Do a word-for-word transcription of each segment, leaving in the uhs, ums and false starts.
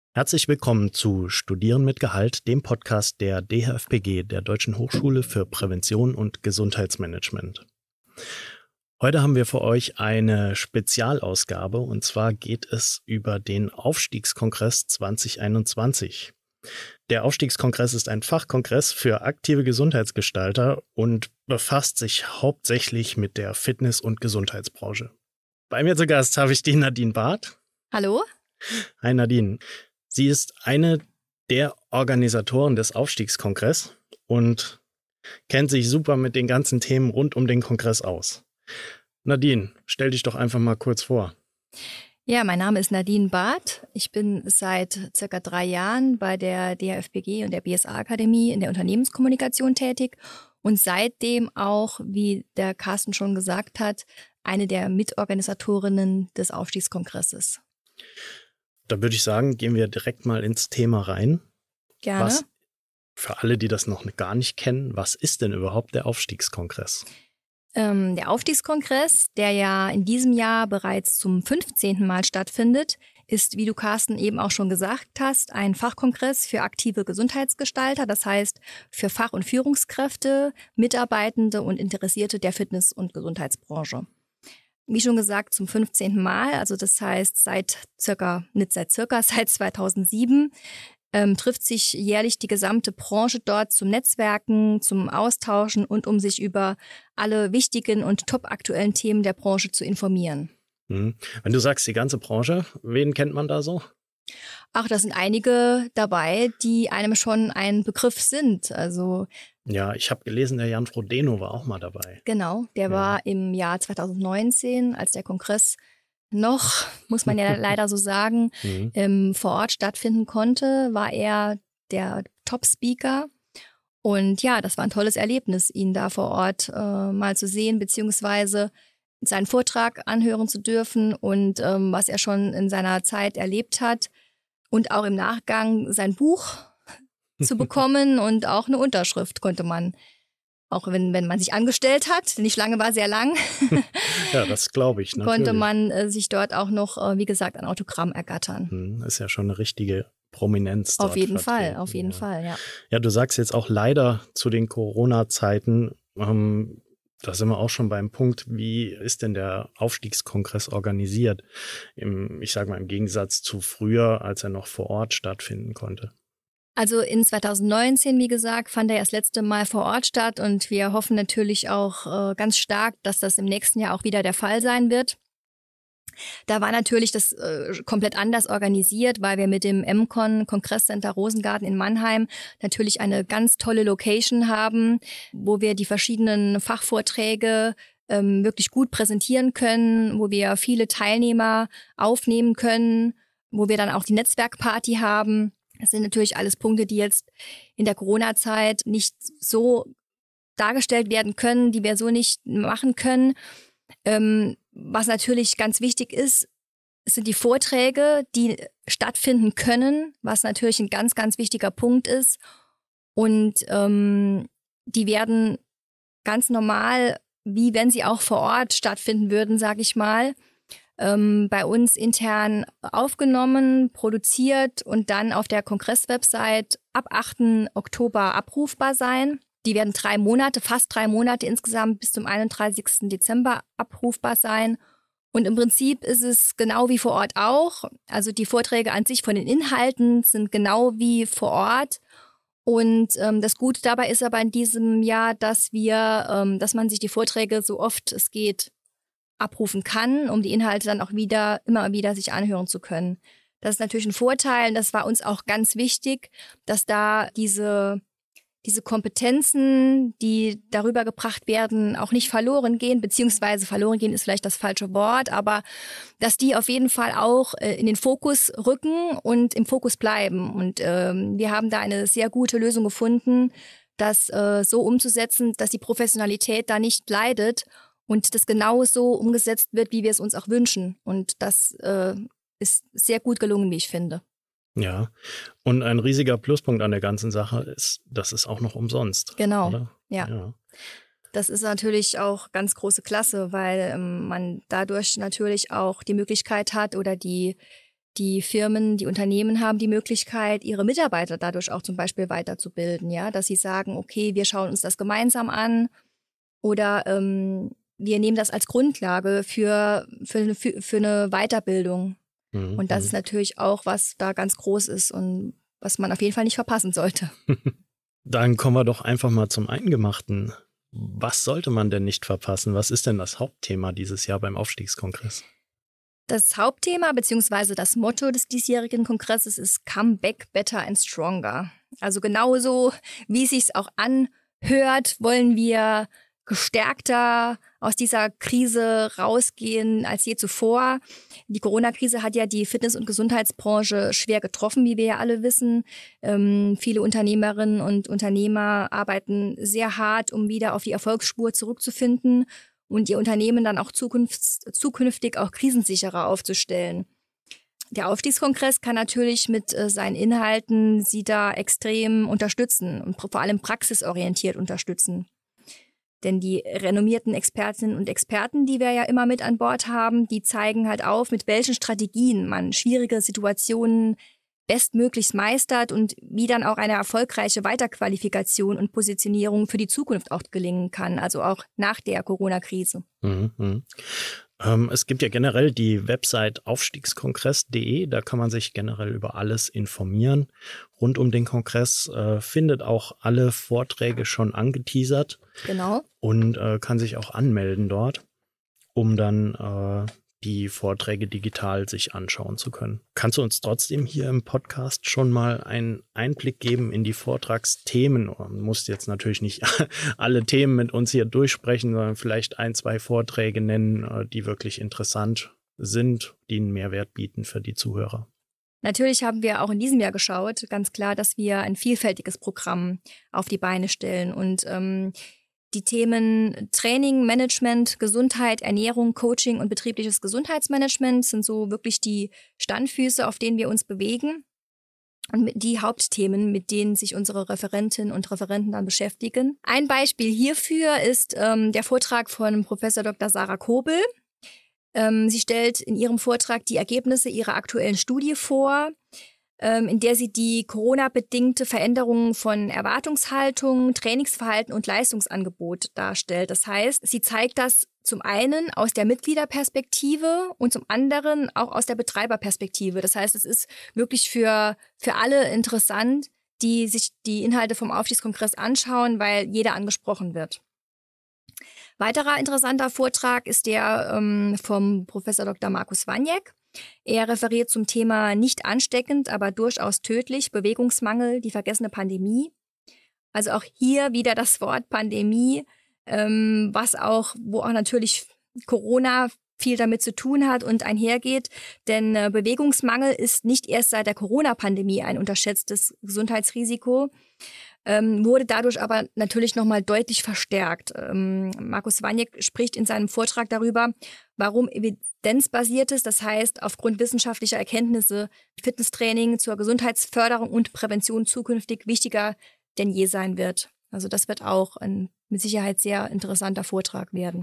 Herzlich willkommen zu Studieren mit Gehalt, dem Podcast der D H F P G, der Deutschen Hochschule für Prävention und Gesundheitsmanagement. Heute haben wir für euch eine Spezialausgabe, und zwar geht es über den Aufstiegskongress zwanzig einundzwanzig. Der Aufstiegskongress ist ein Fachkongress für aktive Gesundheitsgestalter und befasst sich hauptsächlich mit der Fitness- und Gesundheitsbranche. Bei mir zu Gast habe ich die Nadine Barth. Hallo. Hi Nadine. Sie ist eine der Organisatoren des Aufstiegskongress und kennt sich super mit den ganzen Themen rund um den Kongress aus. Nadine, stell dich doch einfach mal kurz vor. Ja, mein Name ist Nadine Barth. Ich bin seit circa drei Jahren bei der D H F P G und der B S A-Akademie in der Unternehmenskommunikation tätig und seitdem auch, wie der Carsten schon gesagt hat, eine der Mitorganisatorinnen des Aufstiegskongresses. Da würde ich sagen, gehen wir direkt mal ins Thema rein. Gerne. Was, für alle, die das noch gar nicht kennen, was ist denn überhaupt der Aufstiegskongress? Ähm, der Aufstiegskongress, der ja in diesem Jahr bereits zum fünfzehnten Mal stattfindet, ist, wie du Carsten eben auch schon gesagt hast, ein Fachkongress für aktive Gesundheitsgestalter, das heißt für Fach- und Führungskräfte, Mitarbeitende und Interessierte der Fitness- und Gesundheitsbranche. Wie schon gesagt, zum fünfzehnten Mal, also das heißt seit circa, nicht seit circa, seit zweitausendsieben, ähm, trifft sich jährlich die gesamte Branche dort zum Netzwerken, zum Austauschen und um sich über alle wichtigen und topaktuellen Themen der Branche zu informieren. Mhm. Wenn du sagst, die ganze Branche, wen kennt man da so? Ach, da sind einige dabei, die einem schon ein Begriff sind. Also Ja, ich habe gelesen, der Jan Frodeno war auch mal dabei. Genau, der Ja. war im Jahr zweitausendneunzehn, als der Kongress noch, muss man ja leider so sagen, Mhm. ähm, vor Ort stattfinden konnte, war er der Top-Speaker. Und ja, das war ein tolles Erlebnis, ihn da vor Ort äh, mal zu sehen, beziehungsweise seinen Vortrag anhören zu dürfen und ähm, was er schon in seiner Zeit erlebt hat und auch im Nachgang sein Buch zu bekommen und auch eine Unterschrift konnte man, auch wenn, wenn man sich angestellt hat, nicht lange war, sehr lang, Ja, das glaube ich natürlich. konnte man äh, sich dort auch noch, äh, wie gesagt, ein Autogramm ergattern. Mhm, ist ja schon eine richtige Prominenz dort Auf jeden vertreten. Fall, auf jeden ja. Fall, ja. Ja, du sagst jetzt auch leider zu den Corona-Zeiten, ähm, da sind wir auch schon beim Punkt, wie ist denn der Aufstiegskongress organisiert? Im, ich sage mal im Gegensatz zu früher, als er noch vor Ort stattfinden konnte. Also in zweitausendneunzehn, wie gesagt, fand er das letzte Mal vor Ort statt und wir hoffen natürlich auch äh, ganz stark, dass das im nächsten Jahr auch wieder der Fall sein wird. Da war natürlich das äh, komplett anders organisiert, weil wir mit dem M-Con Kongresscenter Rosengarten in Mannheim natürlich eine ganz tolle Location haben, wo wir die verschiedenen Fachvorträge ähm, wirklich gut präsentieren können, wo wir viele Teilnehmer aufnehmen können, wo wir dann auch die Netzwerkparty haben. Das sind natürlich alles Punkte, die jetzt in der Corona-Zeit nicht so dargestellt werden können, die wir so nicht machen können. Ähm, was natürlich ganz wichtig ist, sind die Vorträge, die stattfinden können, was natürlich ein ganz, ganz wichtiger Punkt ist. Und ähm, die werden ganz normal, wie wenn sie auch vor Ort stattfinden würden, sage ich mal, ähm, bei uns intern aufgenommen, produziert und dann auf der Kongress-Website ab achten Oktober abrufbar sein. Die werden drei Monate, fast drei Monate insgesamt bis zum einunddreißigsten Dezember abrufbar sein. Und im Prinzip ist es genau wie vor Ort auch. Also die Vorträge an sich von den Inhalten sind genau wie vor Ort. Und ähm, das Gute dabei ist aber in diesem Jahr, dass wir, ähm, dass man sich die Vorträge so oft es geht abrufen kann, um die Inhalte dann auch wieder, immer wieder sich anhören zu können. Das ist natürlich ein Vorteil und das war uns auch ganz wichtig, dass da diese diese Kompetenzen, die darüber gebracht werden, auch nicht verloren gehen, beziehungsweise verloren gehen ist vielleicht das falsche Wort, aber dass die auf jeden Fall auch äh, in den Fokus rücken und im Fokus bleiben. Und ähm, wir haben da eine sehr gute Lösung gefunden, das äh, so umzusetzen, dass die Professionalität da nicht leidet und das genau so umgesetzt wird, wie wir es uns auch wünschen. Und das äh, ist sehr gut gelungen, wie ich finde. Ja, und ein riesiger Pluspunkt an der ganzen Sache ist, das ist auch noch umsonst. Genau, oder? ja. ja. Das ist natürlich auch ganz große Klasse, weil ähm, man dadurch natürlich auch die Möglichkeit hat oder die Die Firmen, die Unternehmen haben die Möglichkeit, ihre Mitarbeiter dadurch auch zum Beispiel weiterzubilden, ja, dass sie sagen, okay, wir schauen uns das gemeinsam an oder ähm, wir nehmen das als Grundlage für, für, für, für eine Weiterbildung. Mhm. Und das ist natürlich auch, was da ganz groß ist und was man auf jeden Fall nicht verpassen sollte. Dann kommen wir doch einfach mal zum Eingemachten. Was sollte man denn nicht verpassen? Was ist denn das Hauptthema dieses Jahr beim Aufstiegskongress? Das Hauptthema bzw. das Motto des diesjährigen Kongresses ist Come Back Better and Stronger. Also genauso, wie es sich auch anhört, wollen wir gestärkter aus dieser Krise rausgehen als je zuvor. Die Corona-Krise hat ja die Fitness- und Gesundheitsbranche schwer getroffen, wie wir ja alle wissen. Ähm, viele Unternehmerinnen und Unternehmer arbeiten sehr hart, um wieder auf die Erfolgsspur zurückzufinden und ihr Unternehmen dann auch zukunfts- zukünftig auch krisensicherer aufzustellen. Der Aufstiegskongress kann natürlich mit äh, seinen Inhalten sie da extrem unterstützen und vor allem praxisorientiert unterstützen. Denn die renommierten Expertinnen und Experten, die wir ja immer mit an Bord haben, die zeigen halt auf, mit welchen Strategien man schwierige Situationen bestmöglichst meistert und wie dann auch eine erfolgreiche Weiterqualifikation und Positionierung für die Zukunft auch gelingen kann, also auch nach der Corona-Krise. Mhm. Ähm, es gibt ja generell die Website aufstiegskongress punkt de, da kann man sich generell über alles informieren. Rund um den Kongress äh, findet auch alle Vorträge schon angeteasert. Genau. Und äh, kann sich auch anmelden dort, um dann äh, die Vorträge digital sich anschauen zu können. Kannst du uns trotzdem hier im Podcast schon mal einen Einblick geben in die Vortragsthemen? Du musst jetzt natürlich nicht alle Themen mit uns hier durchsprechen, sondern vielleicht ein, zwei Vorträge nennen, die wirklich interessant sind, die einen Mehrwert bieten für die Zuhörer. Natürlich haben wir auch in diesem Jahr geschaut, ganz klar, dass wir ein vielfältiges Programm auf die Beine stellen und ähm, die Themen Training, Management, Gesundheit, Ernährung, Coaching und betriebliches Gesundheitsmanagement sind so wirklich die Standfüße, auf denen wir uns bewegen und die Hauptthemen, mit denen sich unsere Referentinnen und Referenten dann beschäftigen. Ein Beispiel hierfür ist ähm, der Vortrag von Professor Doktor Sarah Kobel. Ähm, sie stellt in ihrem Vortrag die Ergebnisse ihrer aktuellen Studie vor, in der sie die Corona-bedingte Veränderung von Erwartungshaltung, Trainingsverhalten und Leistungsangebot darstellt. Das heißt, sie zeigt das zum einen aus der Mitgliederperspektive und zum anderen auch aus der Betreiberperspektive. Das heißt, es ist wirklich für, für alle interessant, die sich die Inhalte vom Aufstiegskongress anschauen, weil jeder angesprochen wird. Weiterer interessanter Vortrag ist der ähm, vom Professor Doktor Markus Waniek. Er referiert zum Thema nicht ansteckend, aber durchaus tödlich, Bewegungsmangel, die vergessene Pandemie. Also auch hier wieder das Wort Pandemie, ähm, was auch, wo auch natürlich Corona viel damit zu tun hat und einhergeht. Denn äh, Bewegungsmangel ist nicht erst seit der Corona-Pandemie ein unterschätztes Gesundheitsrisiko, ähm, wurde dadurch aber natürlich nochmal deutlich verstärkt. Ähm, Markus Waniek spricht in seinem Vortrag darüber, warum evidenzbasiertes, das heißt aufgrund wissenschaftlicher Erkenntnisse, Fitnesstraining zur Gesundheitsförderung und Prävention zukünftig wichtiger denn je sein wird. Also das wird auch ein mit Sicherheit sehr interessanter Vortrag werden.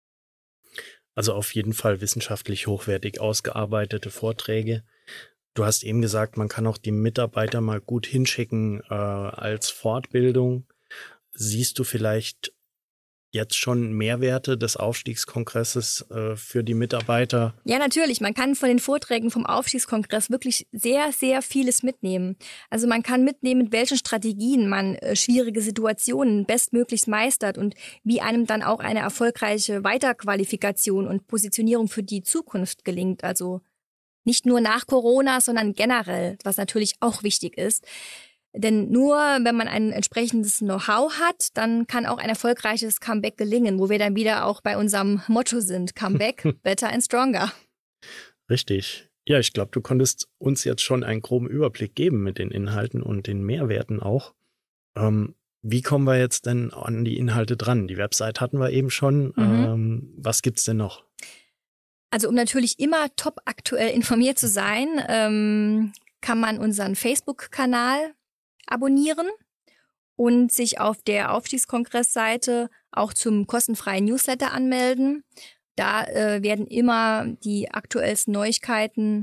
Also auf jeden Fall wissenschaftlich hochwertig ausgearbeitete Vorträge. Du hast eben gesagt, man kann auch die Mitarbeiter mal gut hinschicken äh, als Fortbildung. Siehst du vielleicht jetzt schon Mehrwerte des Aufstiegskongresses äh, für die Mitarbeiter? Ja, natürlich. Man kann von den Vorträgen vom Aufstiegskongress wirklich sehr, sehr vieles mitnehmen. Also man kann mitnehmen, mit welchen Strategien man äh, schwierige Situationen bestmöglichst meistert und wie einem dann auch eine erfolgreiche Weiterqualifikation und Positionierung für die Zukunft gelingt. Also nicht nur nach Corona, sondern generell, was natürlich auch wichtig ist. Denn nur wenn man ein entsprechendes Know-how hat, dann kann auch ein erfolgreiches Comeback gelingen, wo wir dann wieder auch bei unserem Motto sind, Comeback, better and stronger. Richtig. Ja, ich glaube, du konntest uns jetzt schon einen groben Überblick geben mit den Inhalten und den Mehrwerten auch. Ähm, wie kommen wir jetzt denn an die Inhalte dran? Die Website hatten wir eben schon. Mhm. Ähm, was gibt's denn noch? Also um natürlich immer top aktuell informiert zu sein, ähm, kann man unseren Facebook-Kanal abonnieren und sich auf der Aufstiegskongressseite auch zum kostenfreien Newsletter anmelden. Da äh, werden immer die aktuellsten Neuigkeiten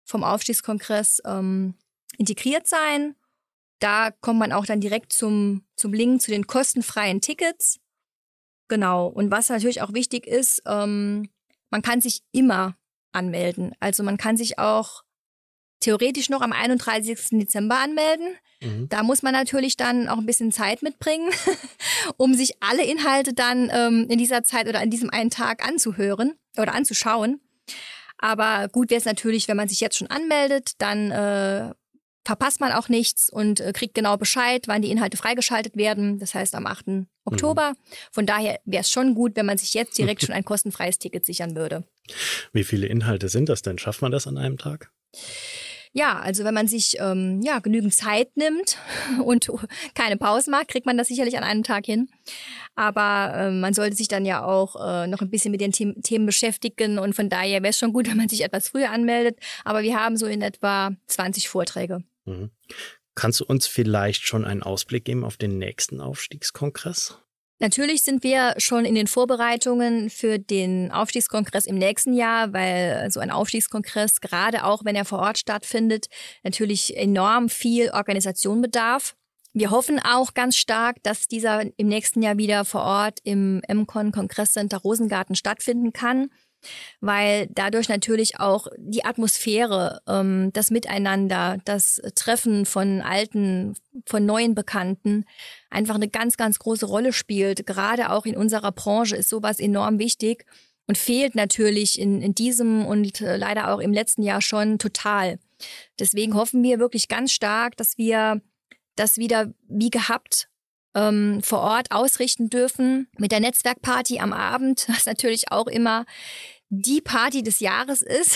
vom Aufstiegskongress ähm, integriert sein. Da kommt man auch dann direkt zum, zum Link zu den kostenfreien Tickets. Genau. Und was natürlich auch wichtig ist, ähm, man kann sich immer anmelden. Also man kann sich auch theoretisch noch am einunddreißigsten Dezember anmelden. Mhm. Da muss man natürlich dann auch ein bisschen Zeit mitbringen, um sich alle Inhalte dann ähm, in dieser Zeit oder an diesem einen Tag anzuhören oder anzuschauen. Aber gut wäre es natürlich, wenn man sich jetzt schon anmeldet, dann äh, verpasst man auch nichts und äh, kriegt genau Bescheid, wann die Inhalte freigeschaltet werden. Das heißt am achten Oktober. Mhm. Von daher wäre es schon gut, wenn man sich jetzt direkt schon ein kostenfreies Ticket sichern würde. Wie viele Inhalte sind das denn? Schafft man das an einem Tag? Ja, also wenn man sich ähm, ja genügend Zeit nimmt und keine Pause macht, kriegt man das sicherlich an einem Tag hin. Aber äh, man sollte sich dann ja auch äh, noch ein bisschen mit den The- Themen beschäftigen und von daher wäre es schon gut, wenn man sich etwas früher anmeldet. Aber wir haben so in etwa zwanzig Vorträge. Mhm. Kannst du uns vielleicht schon einen Ausblick geben auf den nächsten Aufstiegskongress? Natürlich sind wir schon in den Vorbereitungen für den Aufstiegskongress im nächsten Jahr, weil so ein Aufstiegskongress, gerade auch wenn er vor Ort stattfindet, natürlich enorm viel Organisation bedarf. Wir hoffen auch ganz stark, dass dieser im nächsten Jahr wieder vor Ort im M C O N Kongresscenter Rosengarten stattfinden kann, weil dadurch natürlich auch die Atmosphäre, ähm, das Miteinander, das Treffen von alten, von neuen Bekannten einfach eine ganz, ganz große Rolle spielt. Gerade auch in unserer Branche ist sowas enorm wichtig und fehlt natürlich in, in diesem und äh, leider auch im letzten Jahr schon total. Deswegen hoffen wir wirklich ganz stark, dass wir das wieder wie gehabt ähm, vor Ort ausrichten dürfen mit der Netzwerkparty am Abend, was natürlich auch immer die Party des Jahres ist.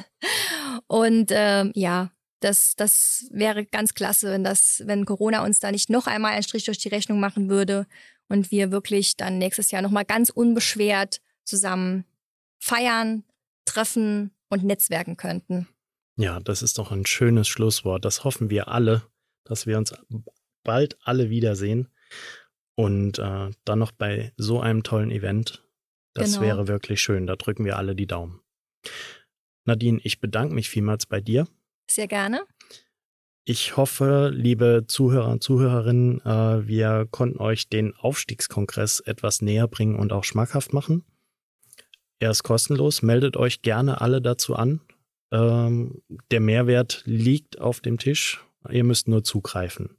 Und ähm, ja, das, das wäre ganz klasse, wenn das, wenn Corona uns da nicht noch einmal einen Strich durch die Rechnung machen würde und wir wirklich dann nächstes Jahr nochmal ganz unbeschwert zusammen feiern, treffen und netzwerken könnten. Ja, das ist doch ein schönes Schlusswort. Das hoffen wir alle, dass wir uns bald alle wiedersehen und äh, dann noch bei so einem tollen Event. Das genau. wäre wirklich schön. Da drücken wir alle die Daumen. Nadine, ich bedanke mich vielmals bei dir. Sehr gerne. Ich hoffe, liebe Zuhörer und Zuhörerinnen, äh, wir konnten euch den Aufstiegskongress etwas näher bringen und auch schmackhaft machen. Er ist kostenlos. Meldet euch gerne alle dazu an. Ähm, der Mehrwert liegt auf dem Tisch. Ihr müsst nur zugreifen.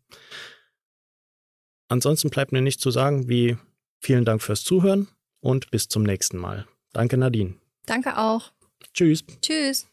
Ansonsten bleibt mir nichts zu sagen wie vielen Dank fürs Zuhören und bis zum nächsten Mal. Danke, Nadine. Danke auch. Tschüss. Tschüss.